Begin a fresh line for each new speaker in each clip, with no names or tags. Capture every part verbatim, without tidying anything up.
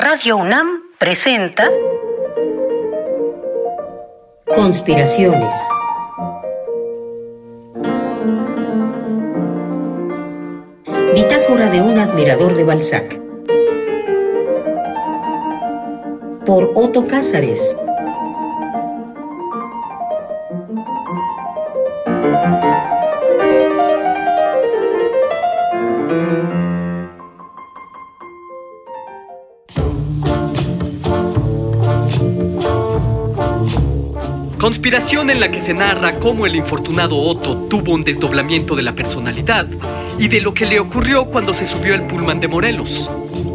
Radio UNAM presenta
Conspiraciones. Bitácora de un admirador de Balzac. Por Otto Cázares.
Conspiración en la que se narra cómo el infortunado Otto tuvo un desdoblamiento de la personalidad y de lo que le ocurrió cuando se subió al pullman de Morelos.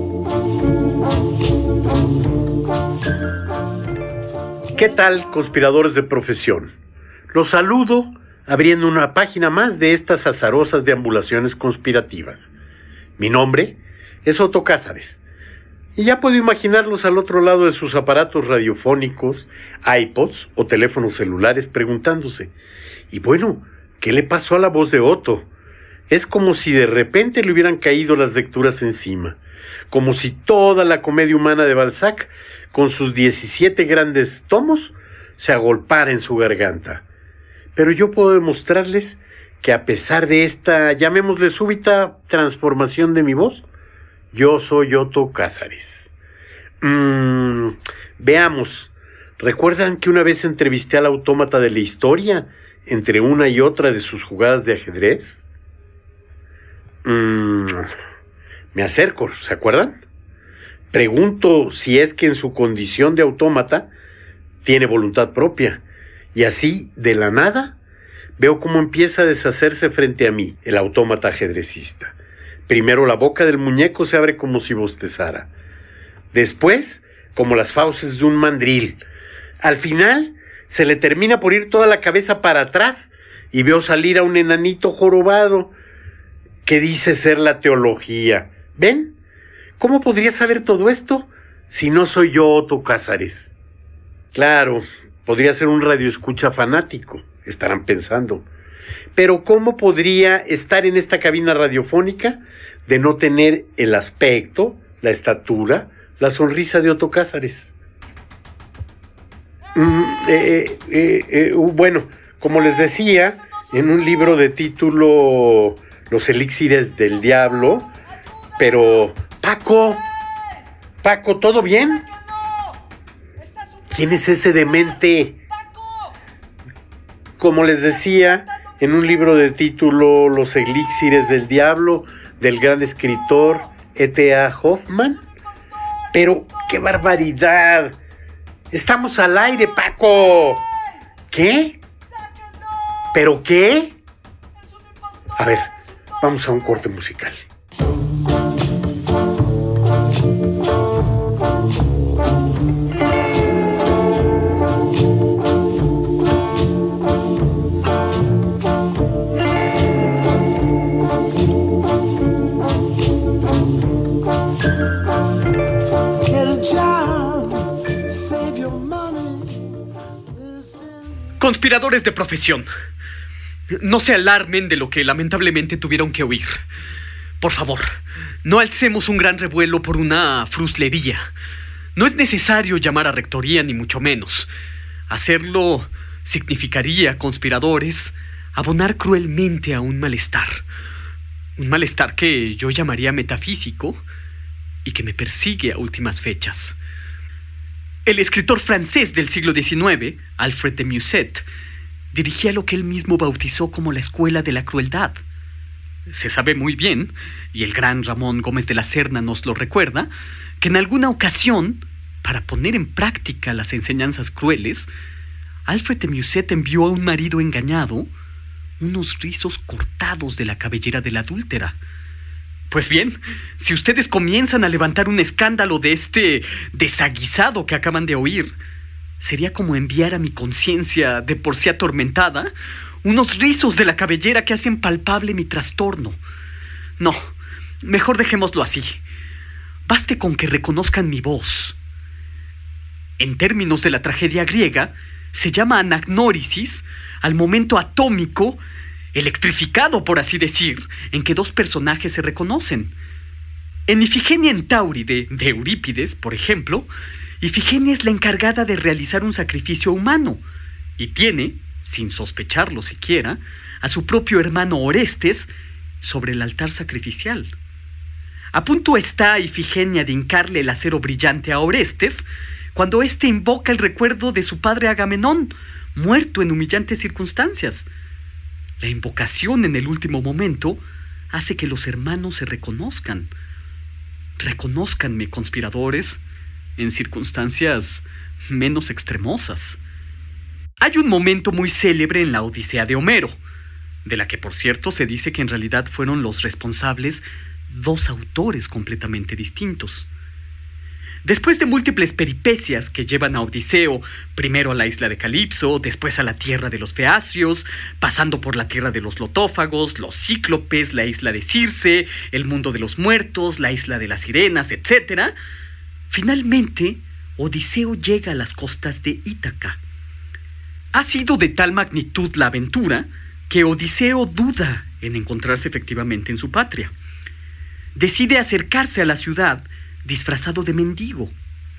¿Qué tal, conspiradores de profesión? Los saludo abriendo una página más de estas azarosas deambulaciones conspirativas. Mi nombre es Otto Cázares. Y ya puedo imaginarlos al otro lado de sus aparatos radiofónicos, iPods o teléfonos celulares preguntándose, y bueno, ¿qué le pasó a la voz de Otto? Es como si de repente le hubieran caído las lecturas encima, como si toda la comedia humana de Balzac, con sus diecisiete grandes tomos, se agolpara en su garganta. Pero yo puedo demostrarles que a pesar de esta, llamémosle súbita, transformación de mi voz, yo soy Otto Cázares. Mm, veamos, ¿recuerdan que una vez entrevisté al autómata de la historia entre una y otra de sus jugadas de ajedrez? Mm, me acerco, ¿se acuerdan? Pregunto si es que en su condición de autómata tiene voluntad propia, y así, de la nada, veo cómo empieza a deshacerse frente a mí, el autómata ajedrecista. Primero la boca del muñeco se abre como si bostezara. Después, como las fauces de un mandril. Al final, se le termina por ir toda la cabeza para atrás y veo salir a un enanito jorobado que dice ser la teología. ¿Ven? ¿Cómo podría saber todo esto si no soy yo, Otto Cázares? Claro, podría ser un radioescucha fanático, estarán pensando. Pero ¿cómo podría estar en esta cabina radiofónica de no tener el aspecto, la estatura, la sonrisa de Otto Cázares? Mm, eh, eh, eh, bueno, como les decía, en un libro de título Los elixires del diablo, pero Paco, Paco, ¿todo bien? ¿Quién es ese demente? Como les decía, en un libro de título Los elixires del diablo, del gran escritor E T A Hoffman. Pero, ¡qué barbaridad! ¡Estamos al aire, Paco! ¿Qué? ¿Pero qué? A ver, vamos a un corte musical.
Conspiradores de profesión, no se alarmen de lo que lamentablemente tuvieron que oír. Por favor, no alcemos un gran revuelo por una fruslería. No es necesario llamar a rectoría, ni mucho menos. Hacerlo significaría, conspiradores, abonar cruelmente a un malestar. Un malestar que yo llamaría metafísico y que me persigue a últimas fechas. El escritor francés del siglo diecinueve, Alfred de Musset, dirigía lo que él mismo bautizó como la escuela de la crueldad. Se sabe muy bien, y el gran Ramón Gómez de la Serna nos lo recuerda, que en alguna ocasión, para poner en práctica las enseñanzas crueles, Alfred de Musset envió a un marido engañado unos rizos cortados de la cabellera de la adúltera. Pues bien, si ustedes comienzan a levantar un escándalo de este desaguisado que acaban de oír, sería como enviar a mi conciencia, de por sí atormentada, unos rizos de la cabellera que hacen palpable mi trastorno. No, mejor dejémoslo así. Baste con que reconozcan mi voz. En términos de la tragedia griega, se llama anagnórisis al momento atómico electrificado, por así decir, en que dos personajes se reconocen. En Ifigenia en Táuride, de Eurípides, por ejemplo, Ifigenia es la encargada de realizar un sacrificio humano y tiene, sin sospecharlo siquiera, a su propio hermano Orestes sobre el altar sacrificial. A punto está Ifigenia de hincarle el acero brillante a Orestes cuando éste invoca el recuerdo de su padre Agamenón, muerto en humillantes circunstancias. La invocación en el último momento hace que los hermanos se reconozcan. Reconózcanme, conspiradores, en circunstancias menos extremosas. Hay un momento muy célebre en la Odisea de Homero, de la que por cierto se dice que en realidad fueron los responsables dos autores completamente distintos. Después de múltiples peripecias que llevan a Odiseo, primero a la isla de Calipso, después a la tierra de los Feacios, pasando por la tierra de los Lotófagos, los Cíclopes, la isla de Circe, el mundo de los muertos, la isla de las sirenas, etcétera, finalmente Odiseo llega a las costas de Ítaca. Ha sido de tal magnitud la aventura que Odiseo duda en encontrarse efectivamente en su patria. Decide acercarse a la ciudad disfrazado de mendigo.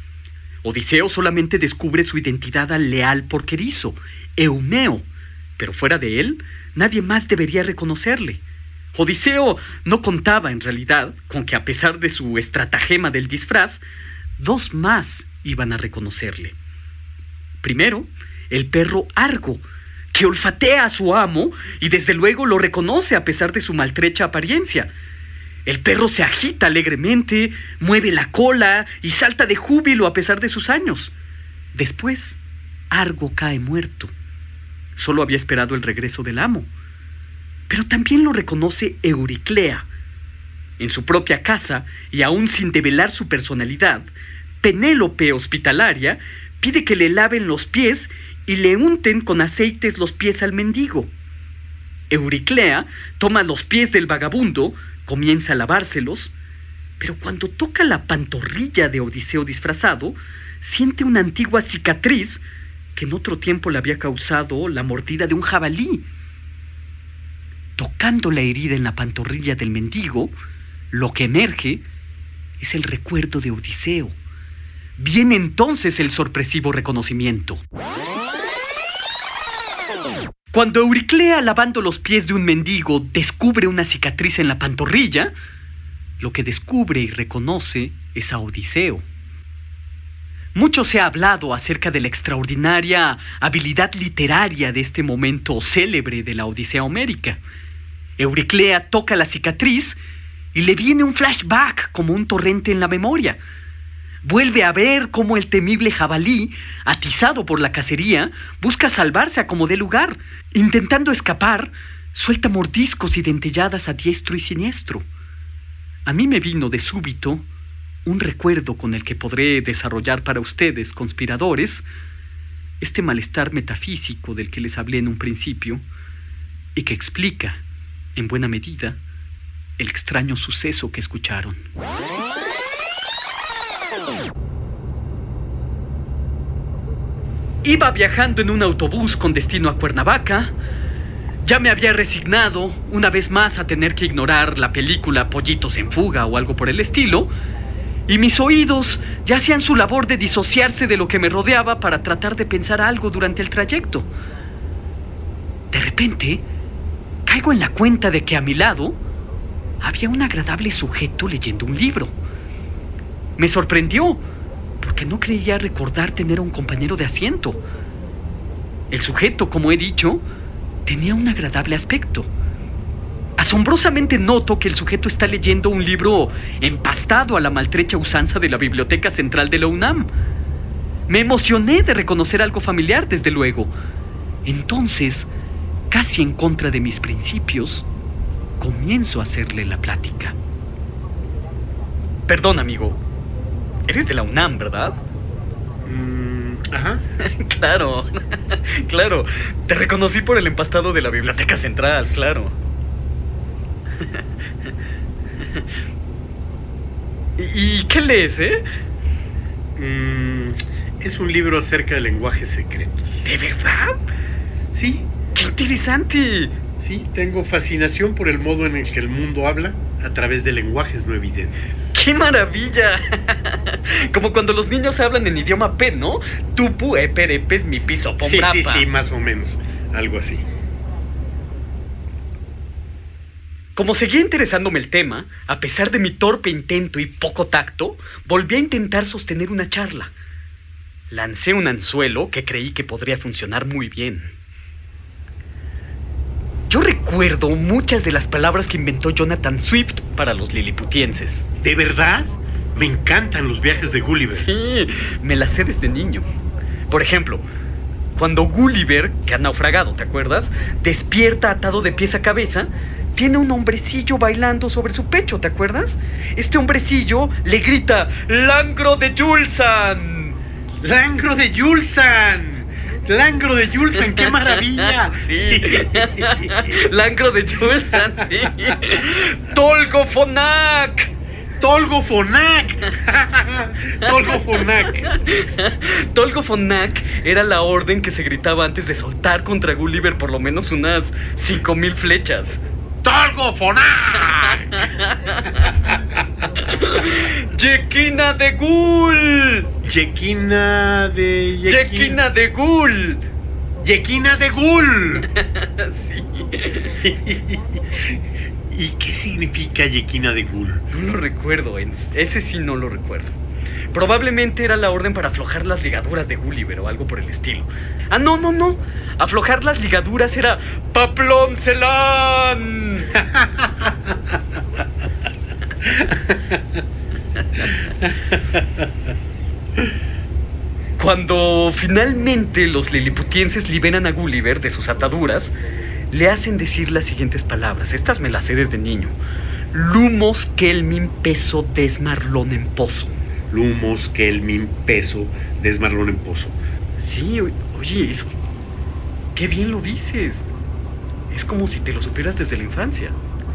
Odiseo solamente descubre su identidad al leal porquerizo, Eumeo, pero fuera de él, nadie más debería reconocerle. Odiseo no contaba, en realidad, con que a pesar de su estratagema del disfraz, dos más iban a reconocerle. Primero, el perro Argo, que olfatea a su amo y desde luego lo reconoce a pesar de su maltrecha apariencia. El perro se agita alegremente, mueve la cola y salta de júbilo a pesar de sus años. Después, Argo cae muerto. Solo había esperado el regreso del amo. Pero también lo reconoce Euriclea. En su propia casa, y aún sin develar su personalidad, Penélope Hospitalaria pide que le laven los pies y le unten con aceites los pies al mendigo. Euriclea toma los pies del vagabundo, comienza a lavárselos, pero cuando toca la pantorrilla de Odiseo disfrazado, siente una antigua cicatriz que en otro tiempo le había causado la mordida de un jabalí. Tocando la herida en la pantorrilla del mendigo, lo que emerge es el recuerdo de Odiseo. Viene entonces el sorpresivo reconocimiento. Cuando Euriclea, lavando los pies de un mendigo, descubre una cicatriz en la pantorrilla, lo que descubre y reconoce es a Odiseo. Mucho se ha hablado acerca de la extraordinaria habilidad literaria de este momento célebre de la Odisea homérica. Euriclea toca la cicatriz y le viene un flashback como un torrente en la memoria. Vuelve a ver cómo el temible jabalí, atizado por la cacería, busca salvarse a como dé lugar. Intentando escapar, suelta mordiscos y dentelladas a diestro y siniestro. A mí me vino de súbito un recuerdo con el que podré desarrollar para ustedes, conspiradores, este malestar metafísico del que les hablé en un principio y que explica, en buena medida, el extraño suceso que escucharon. Iba viajando en un autobús con destino a Cuernavaca. Ya me había resignado una vez más a tener que ignorar la película Pollitos en Fuga o algo por el estilo, y mis oídos ya hacían su labor de disociarse de lo que me rodeaba para tratar de pensar algo durante el trayecto. De repente, caigo en la cuenta de que a mi lado había un agradable sujeto leyendo un libro. Me sorprendió, porque no creía recordar tener a un compañero de asiento. El sujeto, como he dicho, tenía un agradable aspecto. Asombrosamente noto que el sujeto está leyendo un libro empastado a la maltrecha usanza de la Biblioteca Central de la UNAM. Me emocioné de reconocer algo familiar, desde luego. Entonces, casi en contra de mis principios, comienzo a hacerle la plática. Perdón, amigo. Eres de la UNAM, ¿verdad?
Mm, ajá.
Claro, claro. Te reconocí por el empastado de la Biblioteca Central, claro. ¿Y qué lees, eh?
Mm, es un libro acerca de lenguajes secretos.
¿De verdad?
Sí.
¡Qué interesante!
Sí, tengo fascinación por el modo en el que el mundo habla a través de lenguajes no evidentes.
¡Qué maravilla! Como cuando los niños hablan en idioma P, ¿no? Tupu, eper, epes, mi piso,
Sí, sí, sí, más o menos. Algo así.
Como seguía interesándome el tema, a pesar de mi torpe intento y poco tacto, volví a intentar sostener una charla. Lancé un anzuelo que creí que podría funcionar muy bien. Yo recuerdo muchas de las palabras que inventó Jonathan Swift para los liliputienses.
¿De verdad? Me encantan los viajes de Gulliver.
Sí, me las sé desde niño. Por ejemplo, cuando Gulliver, que ha naufragado, ¿te acuerdas?, despierta atado de pies a cabeza, tiene un hombrecillo bailando sobre su pecho, ¿te acuerdas? Este hombrecillo le grita: ¡Langro de Julsan!
¡Langro de Julsan! ¡Langro de Julsan! ¡Qué maravilla!
Sí. Langro de Julsan, sí. ¡Tolgo Fonak!
¡Tolgo Fonak! ¡Tolgo Fonak!
Tolgo Fonak era la orden que se gritaba antes de soltar contra Gulliver por lo menos unas cinco mil flechas.
¡Tolgo Fonak!
¡Yequina de Gul!
¡Yequina de...
¡Yequina de Gul!
¡Yequina de Gul!
Sí.
¿Y qué significa Yequina de Gul?
No lo recuerdo, ese sí no lo recuerdo. Probablemente era la orden para aflojar las ligaduras de Gulliver o algo por el estilo. Ah, no, no, no. Aflojar las ligaduras era Paplón Celán. Cuando finalmente los liliputienses liberan a Gulliver de sus ataduras, le hacen decir las siguientes palabras. Estas me las sé desde niño. Lumos kelmin peso desmarlón en pozo.
Lumos kelmin peso desmarlón en pozo.
Sí, oye, es... qué bien lo dices. Es como si te lo supieras desde la infancia.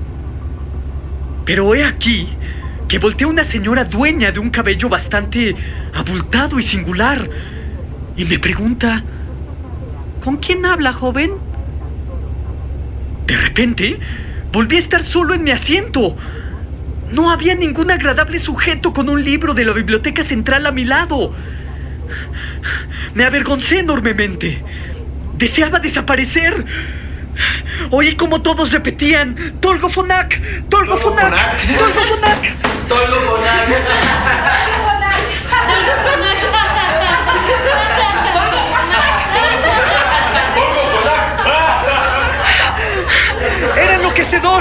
Pero he aquí que voltea una señora dueña de un cabello bastante abultado y singular y me pregunta: ¿con quién habla, joven? De repente, volví a estar solo en mi asiento. No había ningún agradable sujeto con un libro de la biblioteca central a mi lado. Me avergoncé enormemente. Deseaba desaparecer. Oí como todos repetían: ¡Tolgo Fonak! ¡Tolgo Fonak! ¡Tolgo Fonak!
¡Tolgo Fonak!
¡Era enloquecedor!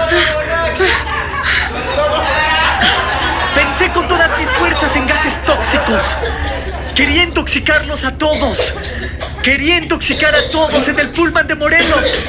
Pensé con todas mis fuerzas en gases tóxicos. Quería intoxicarlos a todos. Quería intoxicar a todos en el Pullman de Morelos.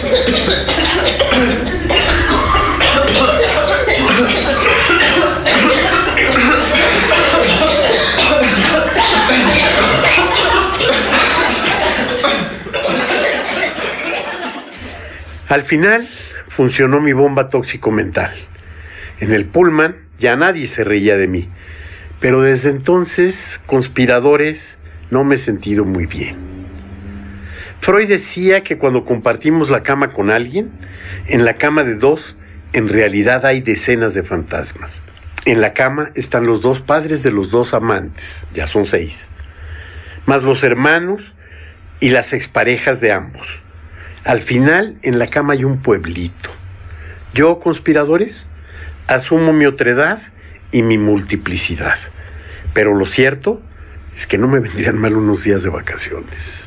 Al final, funcionó mi bomba tóxico-mental. En el Pullman ya nadie se reía de mí. Pero desde entonces, conspiradores, no me he sentido muy bien. Freud decía que cuando compartimos la cama con alguien, en la cama de dos, en realidad hay decenas de fantasmas. En la cama están los dos padres de los dos amantes, ya son seis, más los hermanos y las exparejas de ambos. Al final, en la cama hay un pueblito. Yo, conspiradores, asumo mi otredad y mi multiplicidad. Pero lo cierto es que no me vendrían mal unos días de vacaciones.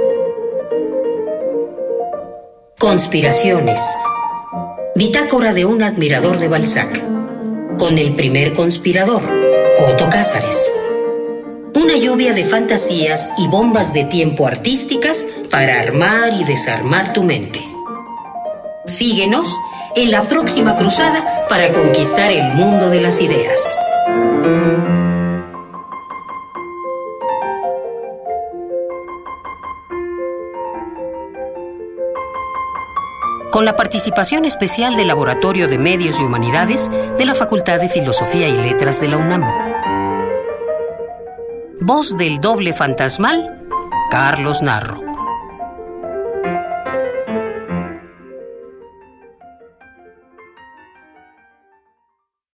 Conspiraciones. Bitácora de un admirador de Balzac. Con el primer conspirador, Otto Cázares. Una lluvia de fantasías y bombas de tiempo artísticas para armar y desarmar tu mente. Síguenos en la próxima cruzada para conquistar el mundo de las ideas. Con la participación especial del Laboratorio de Medios y Humanidades de la Facultad de Filosofía y Letras de la UNAM. Voz del doble fantasmal, Carlos Narro.